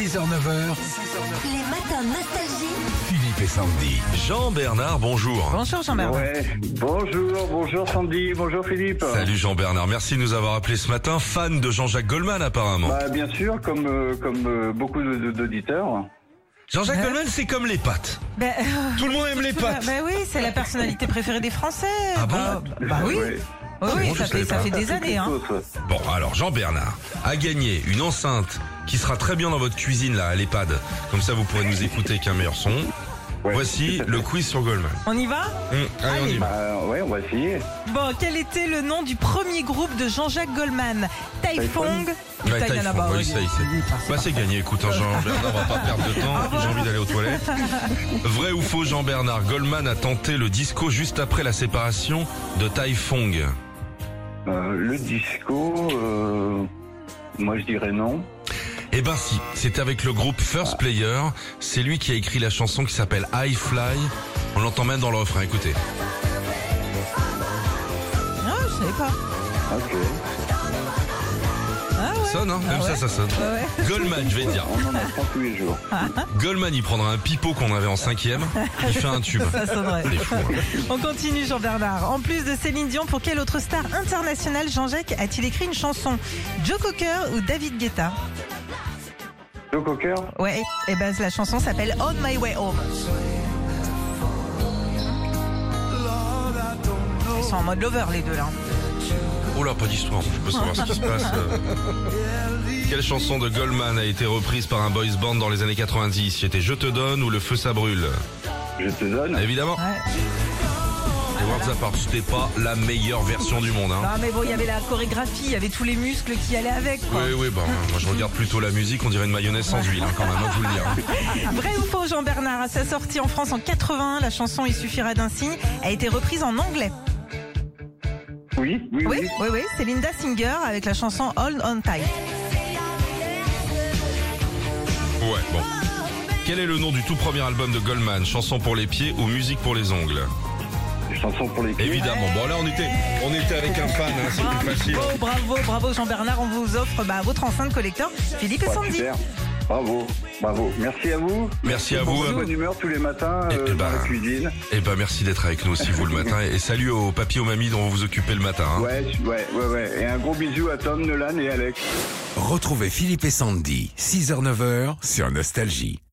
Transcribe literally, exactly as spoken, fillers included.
six heures neuf heures. Les matins nostalgie. Philippe et Sandy. Jean-Bernard, bonjour. Bonjour Jean-Bernard. Ouais, bonjour, bonjour Sandy, bonjour Philippe. Salut Jean-Bernard, merci de nous avoir appelé ce matin. Fan de Jean-Jacques Goldman apparemment. Bah, bien sûr, comme, euh, comme euh, beaucoup de- de- d'auditeurs. Jean-Jacques Ouais. Goldman, c'est comme les pâtes. Ben, euh, Tout le monde aime les pâtes. ben oui, c'est la personnalité préférée des Français. Ah bon bah, bah oui. Ouais. Oui, oui, bon, je ça, savais fait, ça pas. fait des Ça, c'est années. Hein. quelque chose. Bon, alors Jean-Bernard a gagné une enceinte qui sera très bien dans votre cuisine là, à l'EHPAD. Comme ça, vous pourrez nous écouter avec un meilleur son. Ouais, Voici tout à fait. le quiz sur Goldman. On y va Hum, allez, on y va. Bah, ouais, on va essayer. Bon, quel était le nom du premier groupe de Jean-Jacques Goldman? Taifong ou Ouais, Taïana Taïfong, Bah, oui, oui, ça y est, c'est- oui, enfin, c'est Bah c'est gagné, écoute hein, Jean-Bernard, on va pas perdre de temps, j'ai envie d'aller aux toilettes. Vrai ou faux Jean-Bernard, Goldman a tenté le disco juste après la séparation de Taifong. Euh, le disco, euh, moi je dirais non. Eh ben si, c'était avec le groupe First Player, c'est lui qui a écrit la chanson qui s'appelle I Fly, on l'entend même dans le refrain, écoutez. Ah, je savais pas. Ok. Ah ouais. Ça sonne hein, même Ah ouais. ça ça sonne. Ouais, ouais. Goldman, je vais te dire, On en apprend tous les jours. Goldman il prendra un pipeau qu'on avait en cinquième, il fait un tube. Ça sonnerait. C'est fou. Hein. On continue Jean-Bernard. En plus de Céline Dion, pour quelle autre star internationale Jean-Jacques a-t-il écrit une chanson? Joe Cocker ou David Guetta? Joe Cocker. Ouais, et ben la chanson s'appelle On My Way Home. Ils sont en mode lover les deux là. Oh là, pas d'histoire, je peux savoir ce qui se passe. euh. Quelle chanson de Goldman a été reprise par un boys band dans les années quatre-vingt-dix? C'était Je te donne ou Le feu ça brûle? Je te donne. Évidemment. Ouais. Et Words Apart, c'était pas la meilleure version du monde. Hein. Non mais bon, il y avait la chorégraphie, il y avait tous les muscles qui allaient avec quoi. Oui, oui, bon, moi je regarde plutôt la musique, on dirait une mayonnaise sans huile, hein, quand même, hein, je vous le dire. Vrai ou faux Jean-Bernard, à sa sortie en France en quatre-vingt-un, la chanson Il suffira d'un signe a été reprise en anglais. Oui, oui, Oui, oui. oui, oui, c'est Linda Singer avec la chanson Hold On Tight. Ouais, bon. Quel est le nom du tout premier album de Goldman? Chanson pour les pieds ou musique pour les ongles? Les chansons pour les pieds. Évidemment. Bon, là, on était, on était avec un fan, hein, c'est plus facile. Bravo, bravo, bravo Jean-Bernard, on vous offre bah, votre enceinte collector Philippe et Ouais, Sandy. super. Bravo, bravo. Merci à vous. Merci à vous. Pour votre bonne humeur tous les matins Et- euh, et dans ben, la cuisine. Eh ben, merci d'être avec nous aussi, vous, le matin. Et salut aux papis, aux mamies dont vous vous occupez le matin. Hein. Ouais, ouais, ouais, ouais. Et un gros bisou à Tom, Nolan et Alex. Retrouvez Philippe et Sandy, six heures neuf heures sur Nostalgie.